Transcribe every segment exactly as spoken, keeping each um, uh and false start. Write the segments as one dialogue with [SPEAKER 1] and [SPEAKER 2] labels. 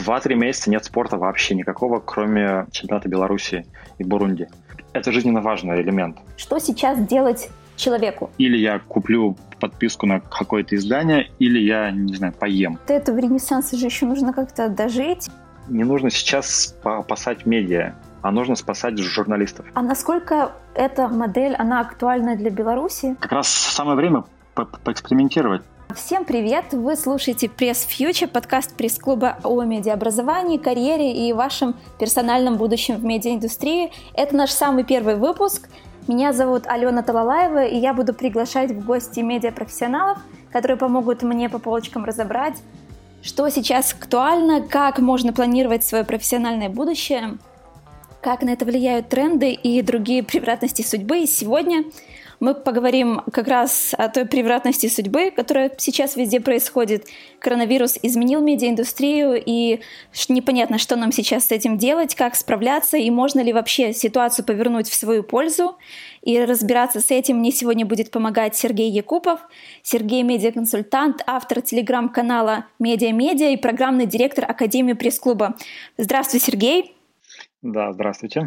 [SPEAKER 1] Два-три месяца нет спорта вообще никакого, кроме чемпионата Беларуси и Бурунди. Это жизненно важный элемент.
[SPEAKER 2] Что сейчас делать человеку?
[SPEAKER 1] Или я куплю подписку на какое-то издание, или я, не знаю, поем.
[SPEAKER 2] До этого ренессанса же еще нужно как-то дожить.
[SPEAKER 1] Не нужно сейчас спасать медиа, а нужно спасать журналистов.
[SPEAKER 2] А насколько эта модель, она актуальна для Беларуси?
[SPEAKER 1] Как раз самое время по- поэкспериментировать.
[SPEAKER 2] Всем привет! Вы слушаете Press Future, подкаст пресс-клуба о медиаобразовании, карьере и вашем персональном будущем в медиаиндустрии. Это наш самый первый выпуск. Меня зовут Алена Талалаева, и я буду приглашать в гости медиапрофессионалов, которые помогут мне по полочкам разобрать, что сейчас актуально, как можно планировать свое профессиональное будущее, как на это влияют тренды и другие превратности судьбы. И сегодня мы поговорим как раз о той превратности судьбы, которая сейчас везде происходит. Коронавирус изменил медиаиндустрию, и непонятно, что нам сейчас с этим делать, как справляться, и можно ли вообще ситуацию повернуть в свою пользу. И разбираться с этим мне сегодня будет помогать Сергей Якупов. Сергей — медиаконсультант, автор телеграм-канала «Медиа-медиа» и программный директор Академии пресс-клуба. Здравствуй, Сергей.
[SPEAKER 1] Да, здравствуйте.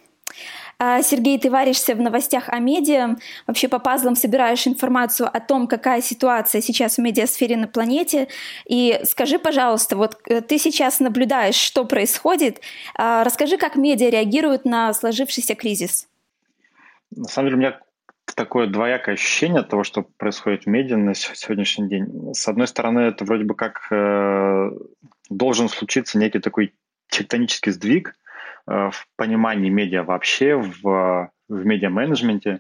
[SPEAKER 2] Сергей, ты варишься в новостях о медиа, вообще по пазлам собираешь информацию о том, какая ситуация сейчас в медиасфере на планете. И скажи, пожалуйста, вот ты сейчас наблюдаешь, что происходит. Расскажи, как медиа реагируют на сложившийся кризис.
[SPEAKER 1] На самом деле у меня такое двоякое ощущение от того, что происходит в медиа на сегодняшний день. С одной стороны, это вроде бы как э, должен случиться некий такой тектонический сдвиг в понимании медиа вообще, в, в медиа-менеджменте.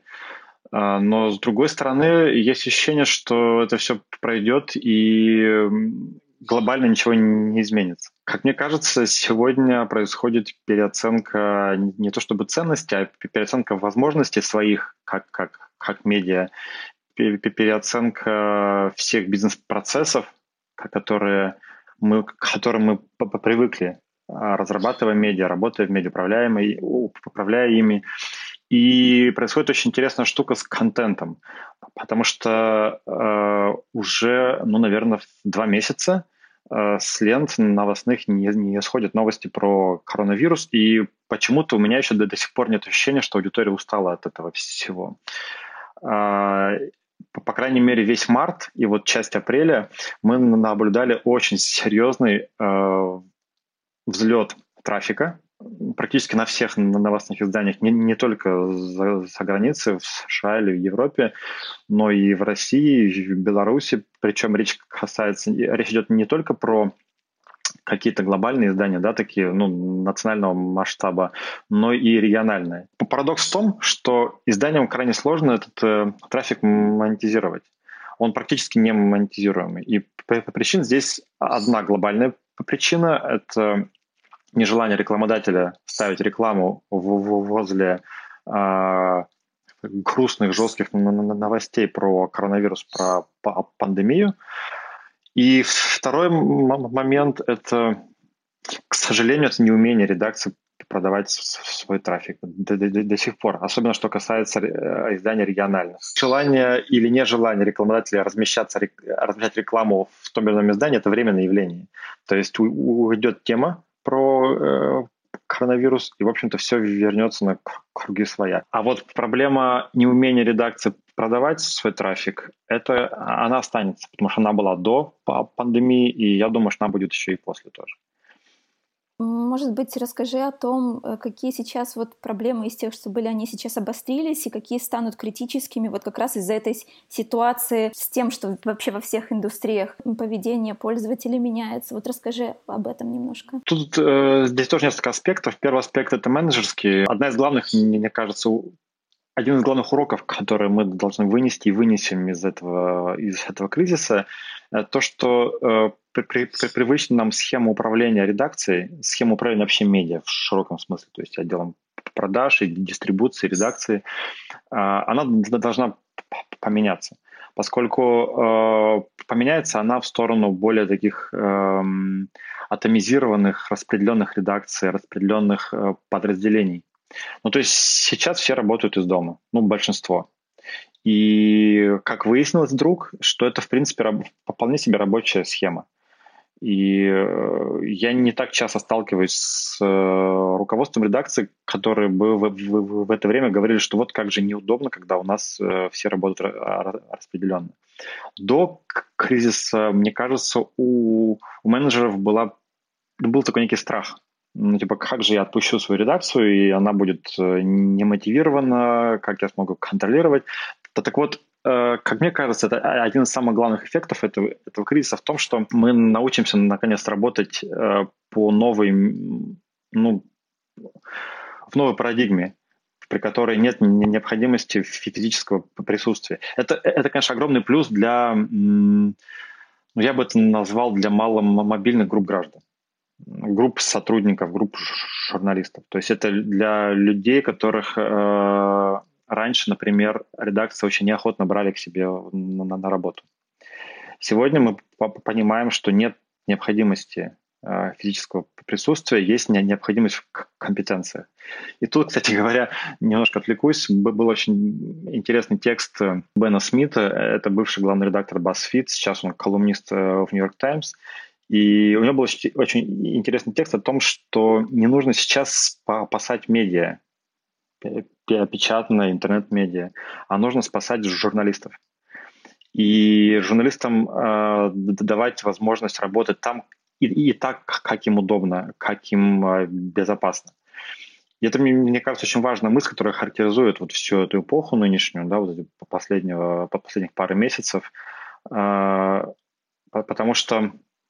[SPEAKER 1] Но, с другой стороны, есть ощущение, что это все пройдет и глобально ничего не изменится. Как мне кажется, сегодня происходит переоценка не то чтобы ценностей, а переоценка возможностей своих как, как, как медиа, переоценка всех бизнес-процессов, которые мы, к которым мы привыкли, разрабатывая медиа, работая в медиа, управляя, управляя ими. И происходит очень интересная штука с контентом, потому что э, уже, ну, наверное, два месяца э, с лент новостных не, не сходят новости про коронавирус, и почему-то у меня еще до, до сих пор нет ощущения, что аудитория устала от этого всего. Э, по крайней мере, весь март и вот часть апреля мы наблюдали очень серьезный э, взлет трафика практически на всех новостных изданиях, не, не только за, за границей, в США или в Европе, но и в России, и в Беларуси. Причем речь касается, речь идет не только про какие-то глобальные издания, да, такие, ну, национального масштаба, но и региональные. Парадокс в том, что изданиям крайне сложно этот э, трафик монетизировать. Он практически не монетизируемый. И причин здесь одна глобальная причина – это нежелание рекламодателя ставить рекламу возле э, грустных, жестких новостей про коронавирус, про пандемию. И второй момент – это, к сожалению, это неумение редакции продавать свой трафик до, до, до сих пор, особенно что касается изданий региональных. Желание или нежелание рекламодателя размещаться, размещать рекламу в том или ином издании – это временное явление. То есть уйдет тема про э, коронавирус, и, в общем-то, все вернется на круги своя. А вот проблема неумения редакции продавать свой трафик, это она останется, потому что она была до пандемии, и я думаю, что она будет еще и после тоже.
[SPEAKER 2] Может быть, расскажи о том, какие сейчас вот проблемы из тех, что были, они сейчас обострились, и какие станут критическими вот как раз из-за этой ситуации с тем, что вообще во всех индустриях поведение пользователей меняется. Вот расскажи об этом немножко.
[SPEAKER 1] Тут э, здесь тоже несколько аспектов. Первый аспект — это менеджерский. Одна из главных, мне кажется, один из главных уроков, которые мы должны вынести и вынесем из этого, из этого кризиса, то, что э, при, при, при привычной нам схема управления редакцией, схема управления вообще медиа в широком смысле, то есть отделом продаж и дистрибуции, редакции, э, она должна поменяться, поскольку э, поменяется она в сторону более таких э, атомизированных, распределенных редакций, распределенных э, подразделений. Ну, то есть сейчас все работают из дома, ну, большинство. И как выяснилось вдруг, что это, в принципе, раб- вполне себе рабочая схема. И э, я не так часто сталкиваюсь с э, руководством редакции, которые бы в, в, в это время говорили, что вот как же неудобно, когда у нас э, все работают ра- распределенно. До к- кризиса, мне кажется, у, у менеджеров была, был такой некий страх. Ну, типа, как же я отпущу свою редакцию, и она будет э, не мотивирована, как я смогу контролировать. Да, так вот, э, как мне кажется, это один из самых главных эффектов этого, этого кризиса в том, что мы научимся наконец работать э, по новой, м, ну, в новой парадигме, при которой нет не- необходимости физического присутствия. Это, это, конечно, огромный плюс для, м, ну, я бы это назвал, для маломобильных групп граждан, групп сотрудников, групп ж- журналистов. То есть это для людей, которых э, раньше, например, редакция очень неохотно брали к себе на, на- на работу. Сегодня мы по- понимаем, что нет необходимости э, физического присутствия, есть не- необходимость в к- компетенциях. И тут, кстати говоря, немножко отвлекусь, б- был очень интересный текст э, Бена Смита, это бывший главный редактор BuzzFeed, сейчас он колумнист э, в New York Times, и у него был очень, очень интересный текст о том, что не нужно сейчас спасать медиа, пе- пе- печатное интернет-медиа, а нужно спасать журналистов. И журналистам э, д- давать возможность работать там и, и так, как им удобно, как им э, безопасно. И это, мне, мне кажется, очень важная мысль, которая характеризует вот всю эту эпоху нынешнюю, да, вот эти последнего, по последних пару месяцев, э, по- потому что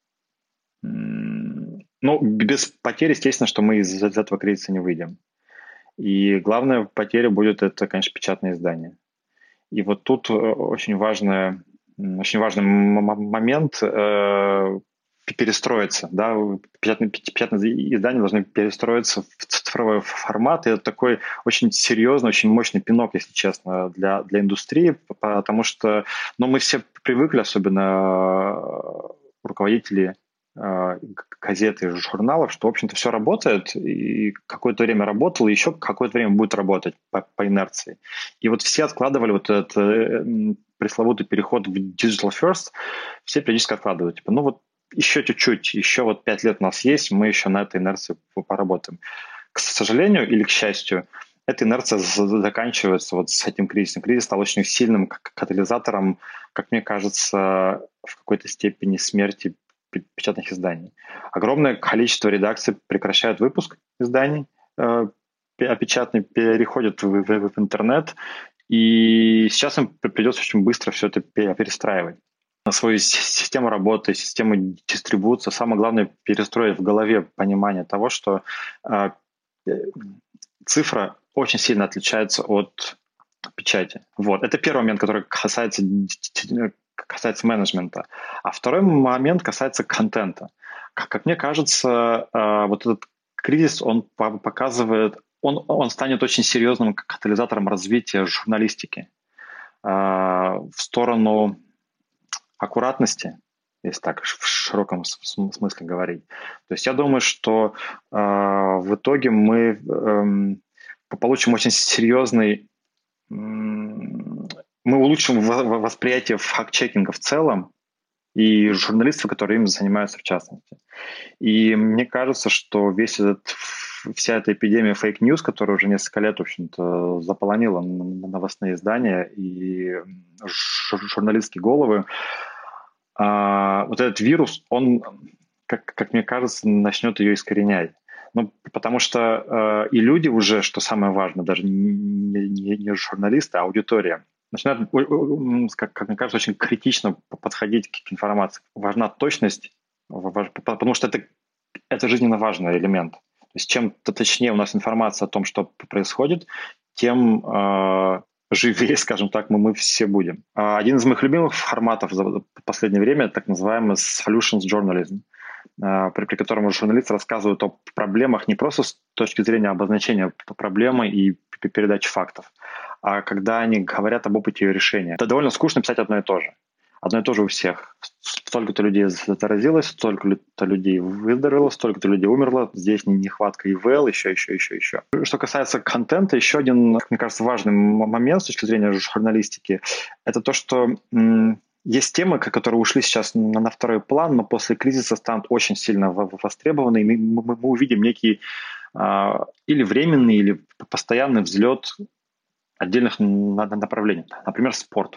[SPEAKER 1] м, ну, без потерь, естественно, что мы из, из этого кризиса не выйдем. И главная потеря будет это, конечно, печатное издание. И вот тут э, очень важная м, очень важный м- м- момент э, перестроиться. Да? Печатные, печатные издания должны перестроиться в цифровой формат. И это такой очень серьезный, очень мощный пинок, если честно, для, для индустрии, потому что ну, мы все привыкли, особенно э, руководители э, газет и журналов, что, в общем-то, все работает, и какое-то время работало, и еще какое-то время будет работать по, по инерции. И вот все откладывали вот этот э, пресловутый переход в digital first, все периодически откладывают. Типа, ну вот еще чуть-чуть, еще вот пять лет у нас есть, мы еще на этой инерции поработаем. К сожалению или к счастью, эта инерция заканчивается вот с этим кризисом. Кризис стал очень сильным катализатором, как мне кажется, в какой-то степени смерти печатных изданий. Огромное количество редакций прекращают выпуск изданий, э, печатный переходит в, в, в интернет, и сейчас им придется очень быстро все это перестраивать на свою систему работы, систему дистрибуции. Самое главное — перестроить в голове понимание того, что э, цифра очень сильно отличается от печати. Вот. Это первый момент, который касается, касается менеджмента. А второй момент касается контента. Как, как мне кажется, э, вот этот кризис, он показывает, он, он станет очень серьезным катализатором развития журналистики э, в сторону аккуратности, если так в широком смысле говорить. То есть я думаю, что э, в итоге мы э, получим очень серьезный, э, мы улучшим восприятие факт-чекинга в целом и журналистов, которые им занимаются в частности. И мне кажется, что весь этот, вся эта эпидемия фейк-ньюс, которая уже несколько лет, в общем-то, заполонила новостные издания и журналистские головы, а, вот этот вирус, он, как, как мне кажется, начнет ее искоренять. Ну, потому что э, и люди уже, что самое важное, даже не, не, не журналисты, а аудитория, начинают, как, как мне кажется, очень критично подходить к информации. Важна точность, потому что это, это жизненно важный элемент. То есть чем точнее у нас информация о том, что происходит, тем э, живее, скажем так, мы, мы все будем. Один из моих любимых форматов за последнее время — это так называемый solutions journalism, при, при котором журналисты рассказывают о проблемах не просто с точки зрения обозначения проблемы и передачи фактов, а когда они говорят об опыте ее решения. Это довольно скучно писать одно и то же. Одно и то же у всех. Столько-то людей заразилось, столько-то людей выздоровело, столько-то людей умерло. Здесь нехватка и вэл, еще, еще, еще, еще. Что касается контента, еще один, как мне кажется, важный момент с точки зрения журналистики, это то, что м- есть темы, которые ушли сейчас на, на второй план, но после кризиса станут очень сильно востребованы, и мы, мы, мы увидим некий а, или временный, или постоянный взлет отдельных направлений. Например, спорт.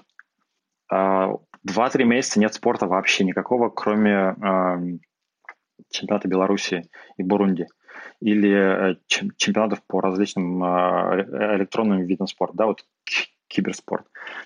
[SPEAKER 1] Два-три месяца нет спорта вообще никакого, кроме э, чемпионата Беларуси и Бурунди или э, чемпионатов по различным э, электронным видам спорта, да, вот киберспорт.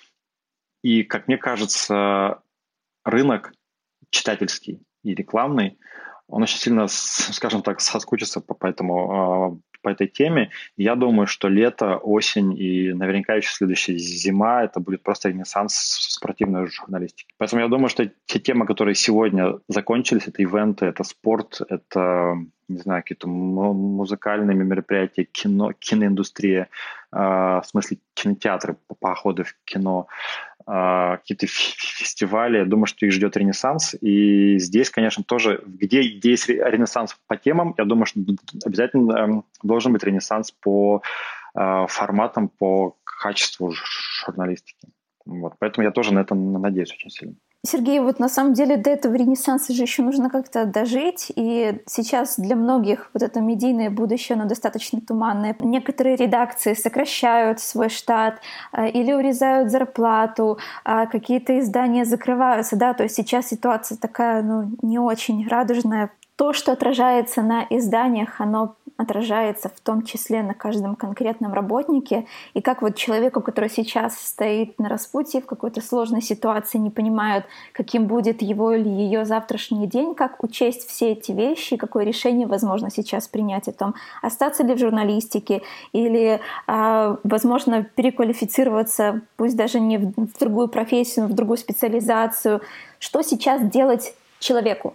[SPEAKER 1] И, как мне кажется, рынок читательский и рекламный, он очень сильно, скажем так, соскучится по, по этому по этой теме. Я думаю, что лето, осень и наверняка еще следующая зима, это будет просто ренессанс спортивной журналистики. Поэтому я думаю, что те темы, которые сегодня закончились, это ивенты, это спорт, это, не знаю, какие-то музыкальные мероприятия, кино, киноиндустрия, э, в смысле кинотеатры, походы в кино, э, какие-то фестивали. Я думаю, что их ждет ренессанс. И здесь, конечно, тоже, где, где есть ренессанс по темам, я думаю, что обязательно должен быть ренессанс по э, форматам, по качеству журналистики. Вот. Поэтому я тоже на это надеюсь очень сильно.
[SPEAKER 2] Сергей, вот на самом деле до этого ренессанса же еще нужно как-то дожить, и сейчас для многих вот это медийное будущее, оно достаточно туманное. Некоторые редакции сокращают свой штат или урезают зарплату, а какие-то издания закрываются, да, то есть сейчас ситуация такая, ну, не очень радужная. То, что отражается на изданиях, оно отражается в том числе на каждом конкретном работнике. И как вот человеку, который сейчас стоит на распутье в какой-то сложной ситуации, не понимает, каким будет его или ее завтрашний день, как учесть все эти вещи, какое решение возможно сейчас принять о том, остаться ли в журналистике или, возможно, переквалифицироваться, пусть даже не в другую профессию, в другую специализацию. Что сейчас делать человеку?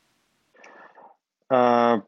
[SPEAKER 1] А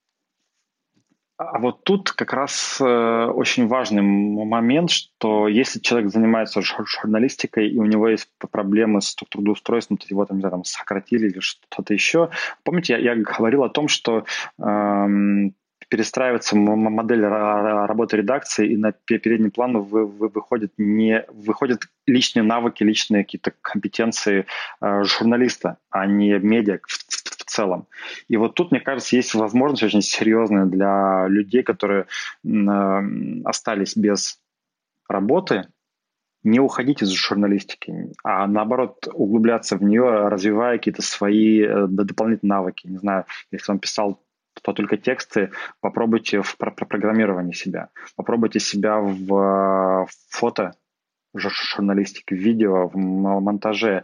[SPEAKER 1] вот тут как раз э, очень важный момент, что если человек занимается журналистикой, и у него есть проблемы с трудоустройством, то его там, не знаю, там сократили или что-то еще. Помните, я, я говорил о том, что э, перестраивается модель работы редакции, и на передний план вы, вы выходят, не, выходят личные навыки, личные какие-то компетенции э, журналиста, а не медиа в, в, в целом. И вот тут, мне кажется, есть возможность очень серьезная для людей, которые э, остались без работы, не уходить из журналистики, а наоборот углубляться в нее, развивая какие-то свои э, дополнительные навыки. Не знаю, если он писал то только тексты, попробуйте в программировании себя, попробуйте себя в фото журналистике, в видео, в монтаже,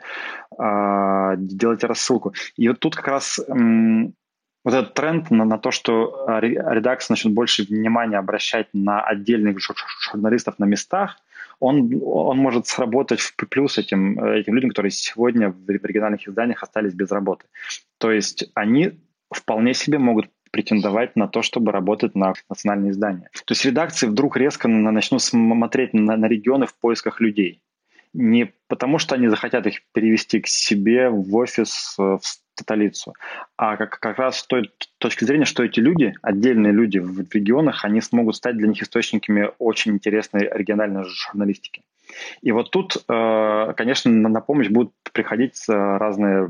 [SPEAKER 1] делайте рассылку. И вот тут как раз вот этот тренд на, на то, что редакция начнет больше внимания обращать на отдельных журналистов на местах, он, он может сработать в плюс этим, этим людям, которые сегодня в региональных изданиях остались без работы. То есть они вполне себе могут претендовать на то, чтобы работать на национальные издания. То есть редакции вдруг резко начнут смотреть на, на регионы в поисках людей. Не потому, что они захотят их перевести к себе в офис, в столицу, а как, как раз с той точки зрения, что эти люди, отдельные люди в регионах, они смогут стать для них источниками очень интересной региональной журналистики. И вот тут, конечно, на помощь будут приходить разные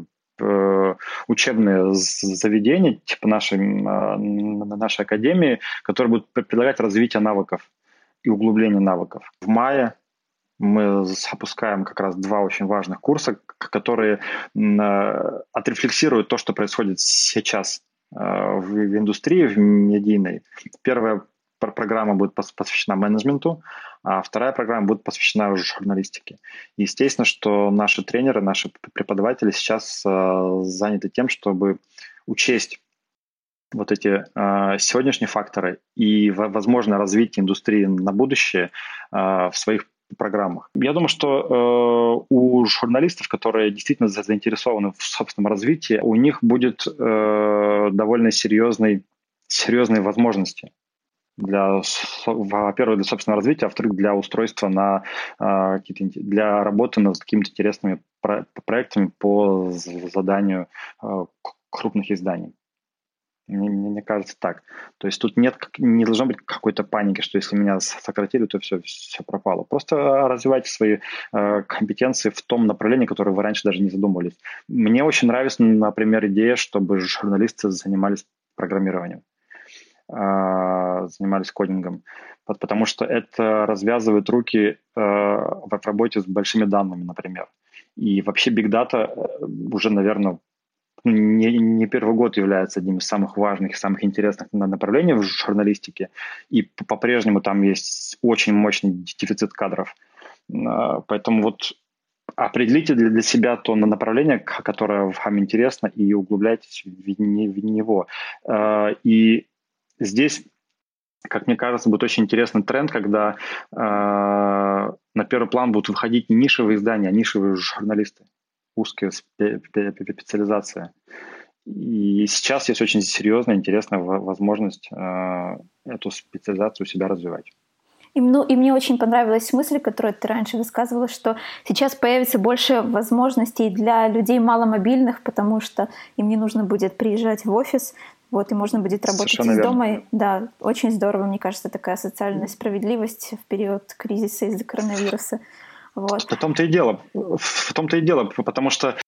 [SPEAKER 1] учебные заведения, типа нашей, нашей академии, которые будут предлагать развитие навыков и углубление навыков. В мае мы запускаем как раз два очень важных курса, которые отрефлексируют то, что происходит сейчас в индустрии, в медийной. Первая программа будет посвящена менеджменту, а вторая программа будет посвящена журналистике. Естественно, что наши тренеры, наши преподаватели сейчас э, заняты тем, чтобы учесть вот эти э, сегодняшние факторы и, возможно, развитие индустрии на будущее э, в своих программах. Я думаю, что э, у журналистов, которые действительно заинтересованы в собственном развитии, у них будет э, довольно серьезный, серьезные возможности для, во-первых, для собственного развития, а во-вторых, для устройства на э, какие-то, для работы над какими-то интересными про- проектами по заданию э, крупных изданий. Мне, мне, мне кажется так. То есть тут нет, не должно быть какой-то паники, что если меня сократили, то все, все пропало. Просто развивайте свои э, компетенции в том направлении, которое вы раньше даже не задумывались. Мне очень нравится, например, идея, чтобы журналисты занимались программированием, э, занимались кодингом, потому что это развязывает руки э, в работе с большими данными, например. И вообще Big Data уже, наверное, не, не первый год является одним из самых важных и самых интересных направлений в журналистике, и по-прежнему там есть очень мощный дефицит кадров. Поэтому вот определите для, для себя то направление, которое вам интересно, и углубляйтесь в, в него. И здесь, как мне кажется, будет очень интересный тренд, когда на первый план будут выходить не нишевые издания, а нишевые журналисты. Узкая специализация. И сейчас есть очень серьезная, интересная возможность э, эту специализацию у себя развивать.
[SPEAKER 2] И, ну, и мне очень понравилась мысль, которую ты раньше высказывала, что сейчас появится больше возможностей для людей маломобильных, потому что им не нужно будет приезжать в офис, вот, и можно будет работать Совершенно из верно. дома. Да, очень здорово, мне кажется, такая социальная справедливость в период кризиса из-за коронавируса. Вот.
[SPEAKER 1] В том-то и дело, в том-то и дело, потому что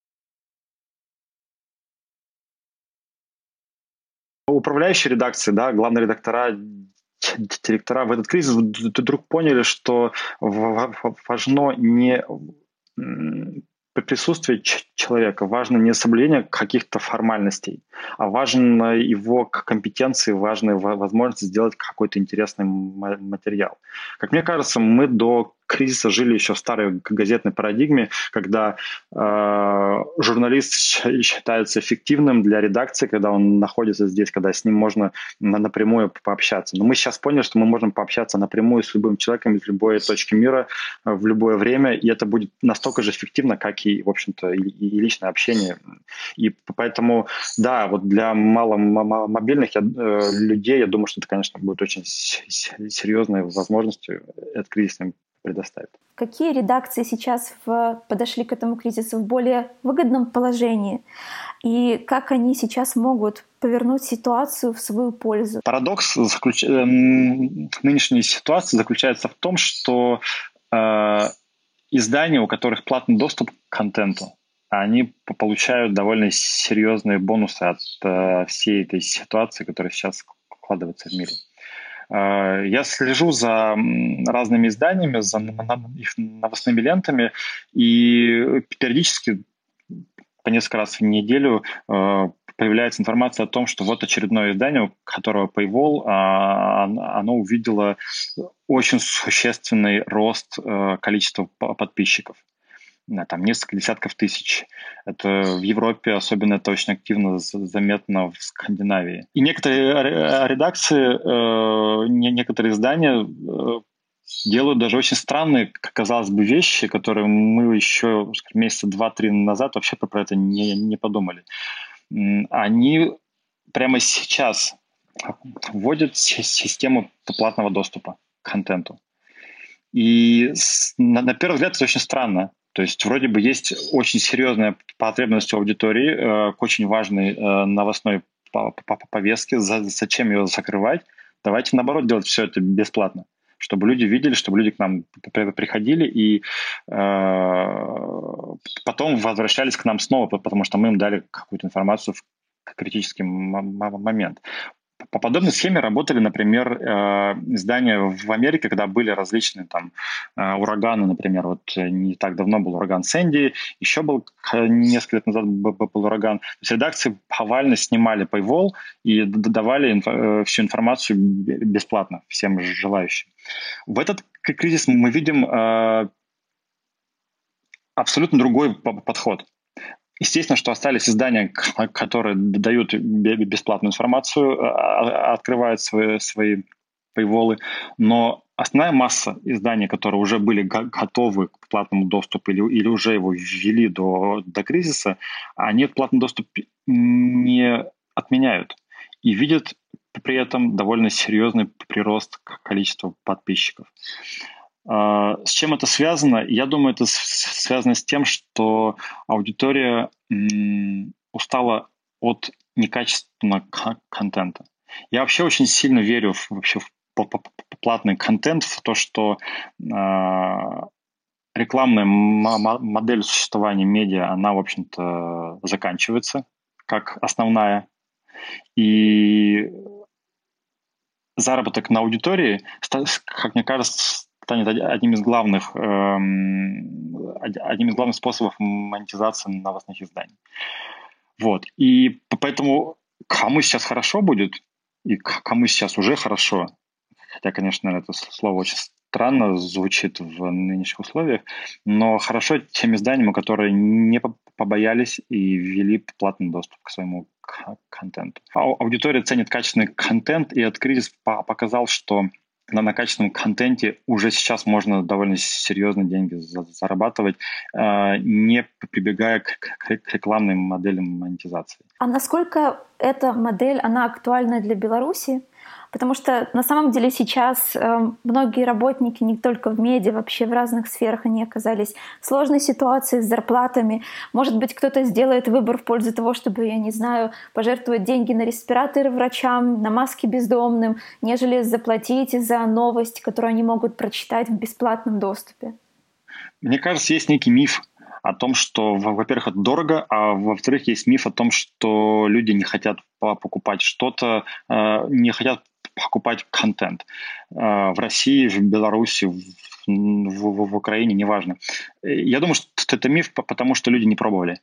[SPEAKER 1] управляющие редакции, да, главные редактора, директора в этот кризис вдруг поняли, что важно не присутствие человека, важно не соблюдение каких-то формальностей, а важно его компетенции, важны возможности сделать какой-то интересный материал. Как мне кажется, мы до кризиса жили еще в старой газетной парадигме, когда э, журналист считается эффективным для редакции, когда он находится здесь, когда с ним можно на, напрямую пообщаться. Но мы сейчас поняли, что мы можем пообщаться напрямую с любым человеком из любой точки мира в любое время, и это будет настолько же эффективно, как и, в общем-то, и, и личное общение. И поэтому, да, вот для маломобильных я, э, людей, я думаю, что это, конечно, будет очень серьезной возможностью этот кризис им предоставит.
[SPEAKER 2] Какие редакции сейчас в, подошли к этому кризису в более выгодном положении? И как они сейчас могут повернуть ситуацию в свою пользу?
[SPEAKER 1] Парадокс заключ... нынешней ситуации заключается в том, что э, издания, у которых платный доступ к контенту, они получают довольно серьезные бонусы от э, всей этой ситуации, которая сейчас складывается в мире. Я слежу за разными изданиями, за их новостными лентами, и периодически по несколько раз в неделю появляется информация о том, что вот очередное издание, у которого Paywall, оно увидело очень существенный рост количества подписчиков. Да, там несколько десятков тысяч. Это в Европе особенно это очень активно заметно в Скандинавии. И некоторые редакции, э, некоторые издания э, делают даже очень странные, казалось бы, вещи, которые мы еще скажем, месяца два-три назад вообще про это не, не подумали. Они прямо сейчас вводят систему платного доступа к контенту. И на, на первый взгляд это очень странно. То есть вроде бы есть очень серьезная потребность у аудитории э, к очень важной э, новостной повестке. За, зачем ее закрывать? Давайте, наоборот, делать все это бесплатно, чтобы люди видели, чтобы люди к нам приходили и э, потом возвращались к нам снова, потому что мы им дали какую-то информацию в критический момент. По подобной схеме работали, например, издания в Америке, когда были различные там ураганы, например, вот не так давно был ураган Сэнди, еще был несколько лет назад был ураган. То есть редакции повально снимали Paywall и давали инфо- всю информацию бесплатно всем желающим. В этот кризис мы видим абсолютно другой подход. Естественно, что остались издания, которые дают бесплатную информацию, открывают свои, свои paywall, но основная масса изданий, которые уже были готовы к платному доступу или, или уже его ввели до, до кризиса, они этот платный доступ не отменяют и видят при этом довольно серьезный прирост количества подписчиков. С чем это связано? Я думаю, это связано с тем, что аудитория устала от некачественного контента. Я вообще очень сильно верю в, вообще в платный контент, в то, что э, рекламная модель существования медиа, она, в общем-то, заканчивается как основная. И заработок на аудитории, как мне кажется, станет одним из главных, эм, одним из главных способов монетизации новостных изданий. Вот. И поэтому кому сейчас хорошо будет, и кому сейчас уже хорошо, хотя, конечно, это слово очень странно звучит в нынешних условиях, но хорошо тем изданиям, которые не побоялись и ввели платный доступ к своему контенту. Аудитория ценит качественный контент, и этот кризис показал, что на, на качественном контенте уже сейчас можно довольно серьезные деньги за, зарабатывать, э, не прибегая к, к, к рекламным моделям монетизации.
[SPEAKER 2] А насколько эта модель, она актуальна для Беларуси? Потому что на самом деле сейчас э, многие работники, не только в медиа, вообще в разных сферах, они оказались в сложной ситуации с зарплатами. Может быть, кто-то сделает выбор в пользу того, чтобы, я не знаю, пожертвовать деньги на респираторы врачам, на маски бездомным, нежели заплатить за новость, которую они могут прочитать в бесплатном доступе.
[SPEAKER 1] Мне кажется, есть некий миф о том, что, во-первых, это дорого, а во-вторых, есть миф о том, что люди не хотят покупать что-то, не хотят покупать контент. В России, в Беларуси, в, в, в Украине, неважно. Я думаю, что это миф, потому что люди не пробовали.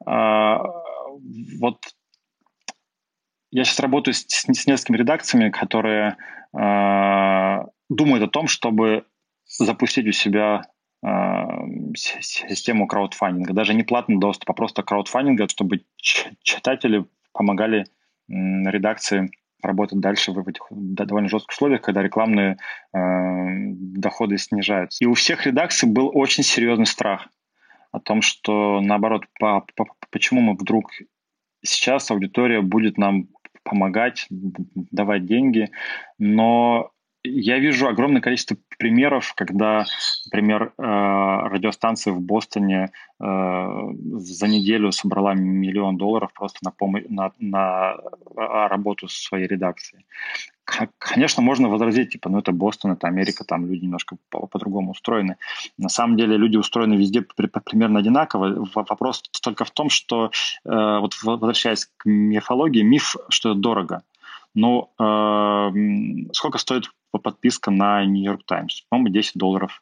[SPEAKER 1] Вот я сейчас работаю с, с несколькими редакциями, которые думают о том, чтобы запустить у себя систему краудфандинга. Даже не платный доступ, а просто краудфандинга, чтобы читатели помогали редакции работать дальше в этих довольно жестких условиях, когда рекламные э, доходы снижаются. И у всех редакций был очень серьезный страх о том, что, наоборот, по, по, почему мы вдруг сейчас аудитория будет нам помогать, давать деньги, но я вижу огромное количество примеров, когда, например, радиостанция в Бостоне за неделю собрала миллион долларов просто на, пом- на, на работу своей редакции. Конечно, можно возразить, типа, ну это Бостон, это Америка, там люди немножко по- по-другому устроены. На самом деле люди устроены везде примерно одинаково. Вопрос только в том, что, вот возвращаясь к мифологии, миф, что это дорого. Ну, э, сколько стоит подписка на Нью-Йорк Таймс? По-моему, десять долларов.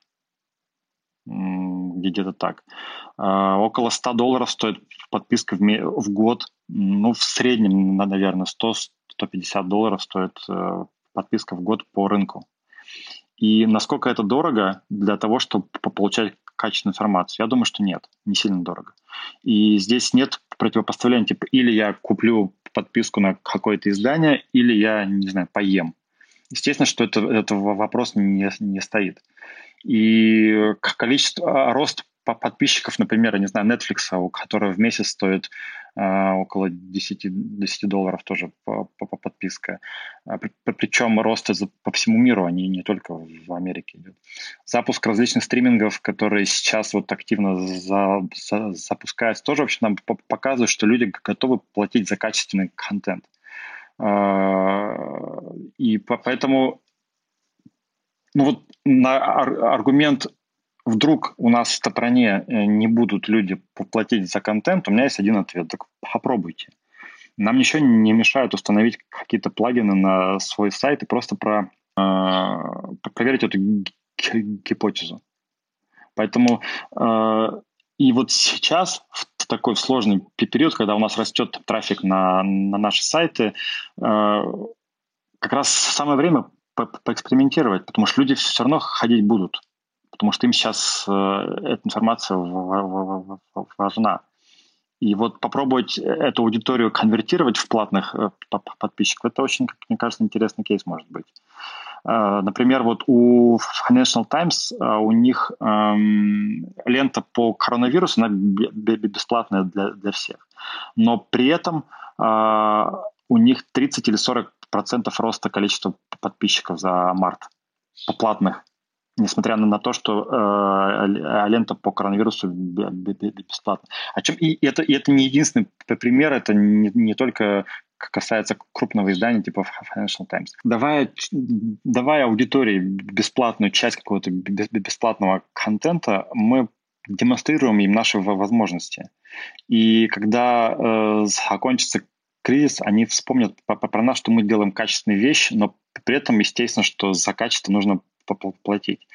[SPEAKER 1] Где-то так. Э, около сто долларов стоит подписка в, в год. Ну, в среднем, наверное, сто - сто пятьдесят долларов стоит э, подписка в год по рынку. И насколько это дорого для того, чтобы получать качественную информацию? Я думаю, что нет, не сильно дорого. И здесь нет противопоставления, типа, или я куплю подписку на какое-то издание, или я, не знаю, поем. Естественно, что это, этого вопрос не, не стоит. И количество, рост подписчиков, например, я не знаю, Netflix, у которого в месяц стоит э, около десять, десять долларов тоже по, по, по подписка. При, причем рост по всему миру, они не только в Америке идут. Запуск различных стримингов, которые сейчас вот активно за, за, запускаются, тоже вообще нам показывают, что люди готовы платить за качественный контент. И поэтому ну вот на аргумент вдруг у нас в стране не будут люди платить за контент, у меня есть один ответ. Так попробуйте. Нам ничего не мешает установить какие-то плагины на свой сайт и просто про, э, проверить эту гипотезу. Поэтому э, и вот сейчас, в такой сложный период, когда у нас растет трафик на, на наши сайты, э, как раз самое время по- поэкспериментировать, потому что люди все равно ходить будут, потому что им сейчас э, эта информация в- в- важна. И вот попробовать эту аудиторию конвертировать в платных э, подписчиков, это очень, как мне кажется, интересный кейс может быть. Э, например, вот у Financial Times, э, у них эм, лента по коронавирусу, она б- б- бесплатная для, для всех. Но при этом э, у них тридцать или сорок процентов роста количества подписчиков за март, по платных несмотря на, на то, что э, лента по коронавирусу бесплатна. О чем, и, это, и это не единственный пример, это не, не только касается крупного издания типа Financial Times. Давая, давая аудитории бесплатную часть какого-то бесплатного контента, мы демонстрируем им наши возможности. И когда э, закончится кризис, они вспомнят про, про нас, что мы делаем качественные вещи, но при этом, естественно, что за качество нужно платить.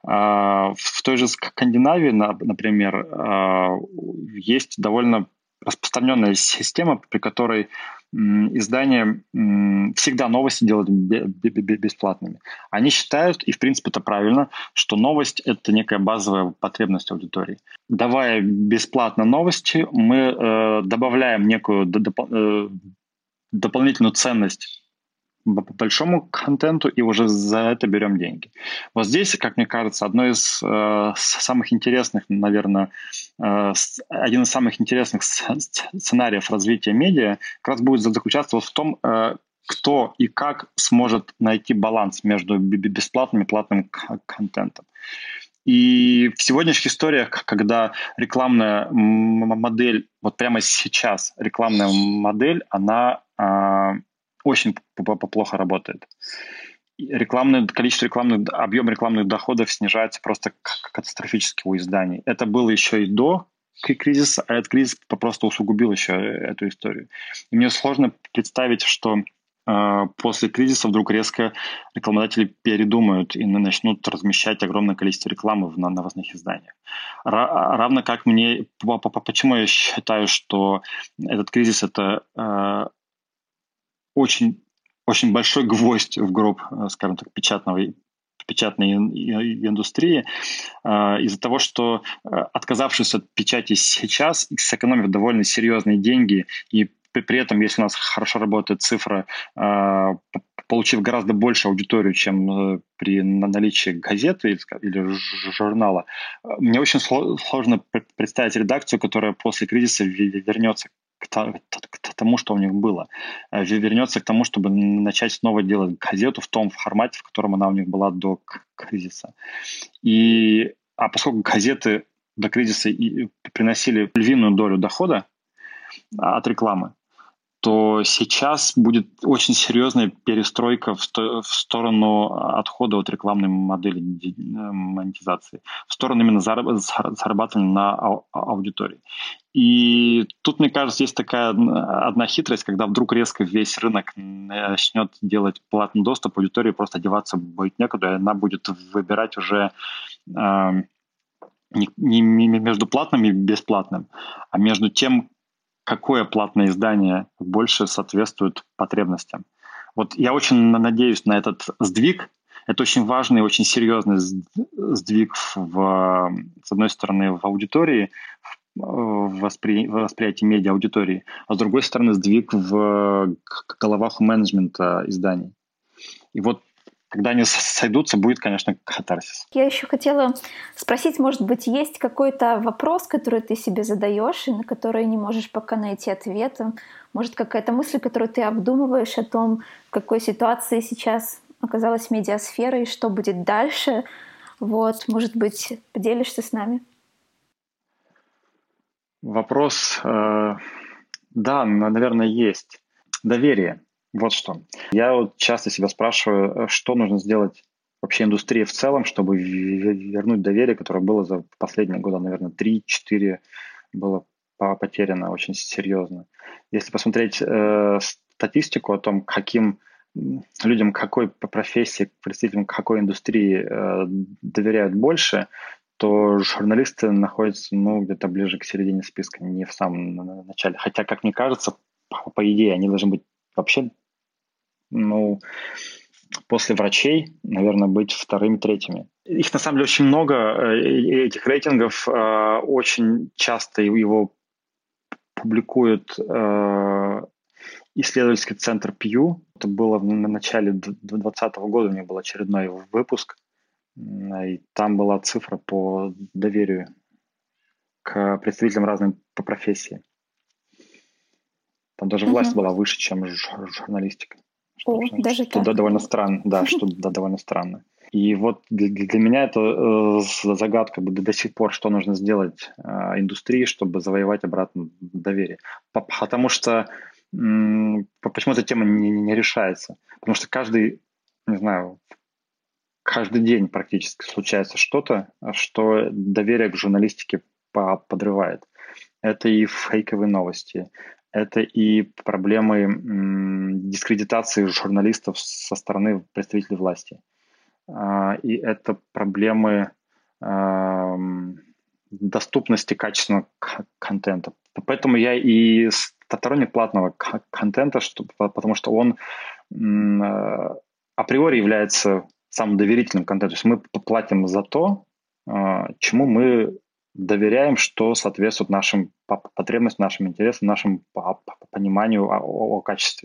[SPEAKER 1] В той же Скандинавии, например, есть довольно распространенная система, при которой издания всегда новости делают бесплатными. Они считают, и в принципе это правильно, что новость — это некая базовая потребность аудитории. Давая бесплатно новости, мы добавляем некую дополнительную ценность по большому контенту и уже за это берем деньги. Вот здесь, как мне кажется, одно из э, самых интересных, наверное, э, один из самых интересных сценариев развития медиа как раз будет заключаться вот в том, э, кто и как сможет найти баланс между бесплатным и платным контентом. И в сегодняшних историях, когда рекламная модель, вот прямо сейчас рекламная модель, она э, очень плохо работает. Рекламное, количество рекламных, объем рекламных доходов снижается просто катастрофически у изданий. Это было еще и до кризиса, а этот кризис просто усугубил еще эту историю. И мне сложно представить, что э, после кризиса вдруг резко рекламодатели передумают и начнут размещать огромное количество рекламы в новостных изданиях. Ра- равно как мне... Почему я считаю, что этот кризис — это... Э, очень, очень большой гвоздь в гроб, скажем так, печатного, печатной индустрии э, из-за того, что э, отказавшись от печати сейчас, сэкономив довольно серьезные деньги, и при, при этом, если у нас хорошо работает цифра, э, получив гораздо больше аудиторию, чем э, при наличии газеты или, или журнала, мне очень сложно представить редакцию, которая после кризиса вернется к тому, что у них было. Вернется к тому, чтобы начать снова делать газету в том формате, в котором она у них была до кризиса. И, а поскольку газеты до кризиса и приносили львиную долю дохода от рекламы, то сейчас будет очень серьезная перестройка в, сто, в сторону отхода от рекламной модели монетизации, в сторону именно зарабатывания на ау- аудитории. И тут, мне кажется, есть такая одна хитрость, когда вдруг резко весь рынок начнет делать платный доступ, аудитории просто одеваться будет некуда, и она будет выбирать уже э, не, не между платным и бесплатным, а между тем, какое платное издание больше соответствует потребностям. Вот я очень надеюсь на этот сдвиг. Это очень важный, очень серьезный сдвиг, в, с одной стороны, в аудитории, в воспри... восприятии медиа-аудитории, а с другой стороны, сдвиг в головах у менеджмента изданий. И вот когда они сойдутся, будет, конечно, катарсис.
[SPEAKER 2] Я еще хотела спросить, может быть, есть какой-то вопрос, который ты себе задаешь и на который не можешь пока найти ответа? Может, какая-то мысль, которую ты обдумываешь о том, в какой ситуации сейчас оказалась медиасфера и что будет дальше? Вот, может быть, поделишься с нами?
[SPEAKER 1] Вопрос, э, да, наверное, есть. Доверие. Вот что. Я вот часто себя спрашиваю, что нужно сделать вообще индустрии в целом, чтобы вернуть доверие, которое было за последние годы, наверное, три-четыре было потеряно очень серьезно. Если посмотреть э, статистику о том, каким людям какой профессии, представителям какой индустрии э, доверяют больше, то журналисты находятся, ну, где-то ближе к середине списка, не в самом начале. Хотя, как мне кажется, по, по идее, они должны быть вообще, ну, после врачей, наверное, быть вторыми, третьими. Их, на самом деле, очень много, этих рейтингов. Очень часто его публикует исследовательский центр Pew. Это было в начале двадцатого года, у них был очередной выпуск. И там была цифра по доверию к представителям разной по профессии. Там даже угу. власть была выше, чем журналистика.
[SPEAKER 2] О,
[SPEAKER 1] что,
[SPEAKER 2] даже
[SPEAKER 1] что
[SPEAKER 2] так.
[SPEAKER 1] довольно странно, да, что да, довольно странно. И вот для, для меня это э, загадка до, до сих пор, что нужно сделать э, индустрии, чтобы завоевать обратно доверие. Потому что м, почему эта тема не, не решается? Потому что каждый, не знаю, каждый день практически случается что-то, что доверие к журналистике подрывает. Это и фейковые новости, это и проблемы м, дискредитации журналистов со стороны представителей власти. И это проблемы э, доступности качественного к- контента. Поэтому я и сторонник платного к- контента, что, потому что он м, э, априори является самым доверительным контентом. То есть мы платим за то, э, чему мы доверяем, что соответствует нашим потребностям, нашим интересам, нашему пониманию о, о, о качестве.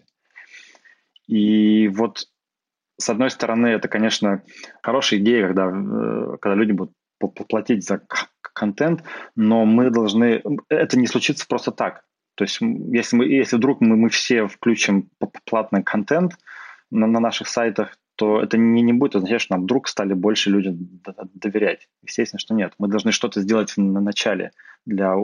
[SPEAKER 1] И вот с одной стороны, это, конечно, хорошая идея, когда, когда люди будут платить за контент, но мы должны... Это не случится просто так. То есть если, мы, если вдруг мы, мы все включим платный контент на, на наших сайтах, то это не, не будет означать, что нам вдруг стали больше люди доверять. Естественно, что нет. Мы должны что-то сделать на начале для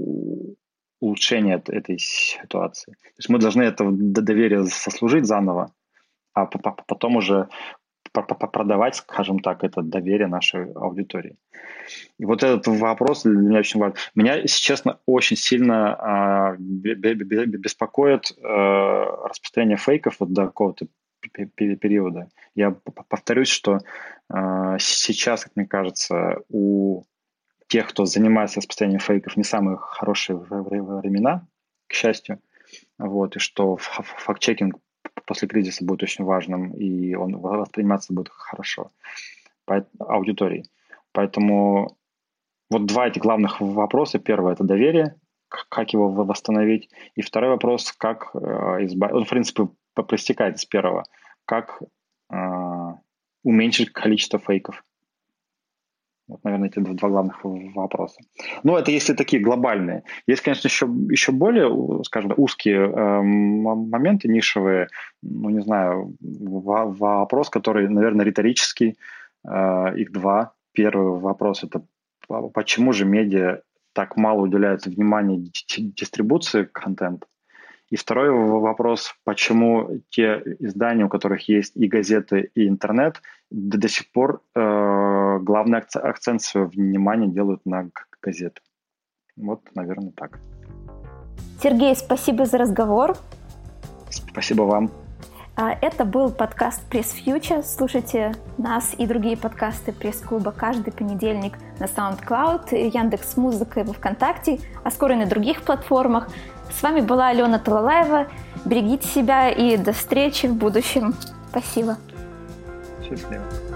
[SPEAKER 1] улучшения этой ситуации. То есть мы должны это доверие заслужить заново, а потом уже продавать, скажем так, это доверие нашей аудитории. И вот этот вопрос для меня очень важен. Меня, если честно, очень сильно э, беспокоит э, распространение фейков вот до какого-то периода. Я повторюсь, что э, сейчас, как мне кажется, у тех, кто занимается распространением фейков, не самые хорошие времена, к счастью. Вот, и что факт-чекинг после кризиса будет очень важным, и он восприниматься будет хорошо по аудитории. Поэтому вот два этих главных вопроса. Первый – это доверие, как его восстановить. И второй вопрос – как избавиться. Он, в принципе, проистекает из первого. Как э, уменьшить количество фейков. Вот, наверное, эти два главных вопроса. Но это если такие глобальные. Есть, конечно, еще, еще более, скажем, узкие э, моменты, нишевые. Ну, не знаю, вопрос, который, наверное, риторический. Э, их два. Первый вопрос – это почему же медиа так мало уделяют внимания дистрибуции контента? И второй вопрос, почему те издания, у которых есть и газеты, и интернет, до, до сих пор э, главный акцент своего внимания делают на газеты. Вот, наверное, так.
[SPEAKER 2] Сергей, спасибо за разговор.
[SPEAKER 1] Спасибо вам.
[SPEAKER 2] Это был подкаст Press Future. Слушайте нас и другие подкасты пресс-клуба каждый понедельник на SoundCloud, Яндекс.Музыка и во ВКонтакте, а скоро и на других платформах. С вами была Алена Талалаева. Берегите себя и до встречи в будущем. Спасибо.
[SPEAKER 1] Счастливо.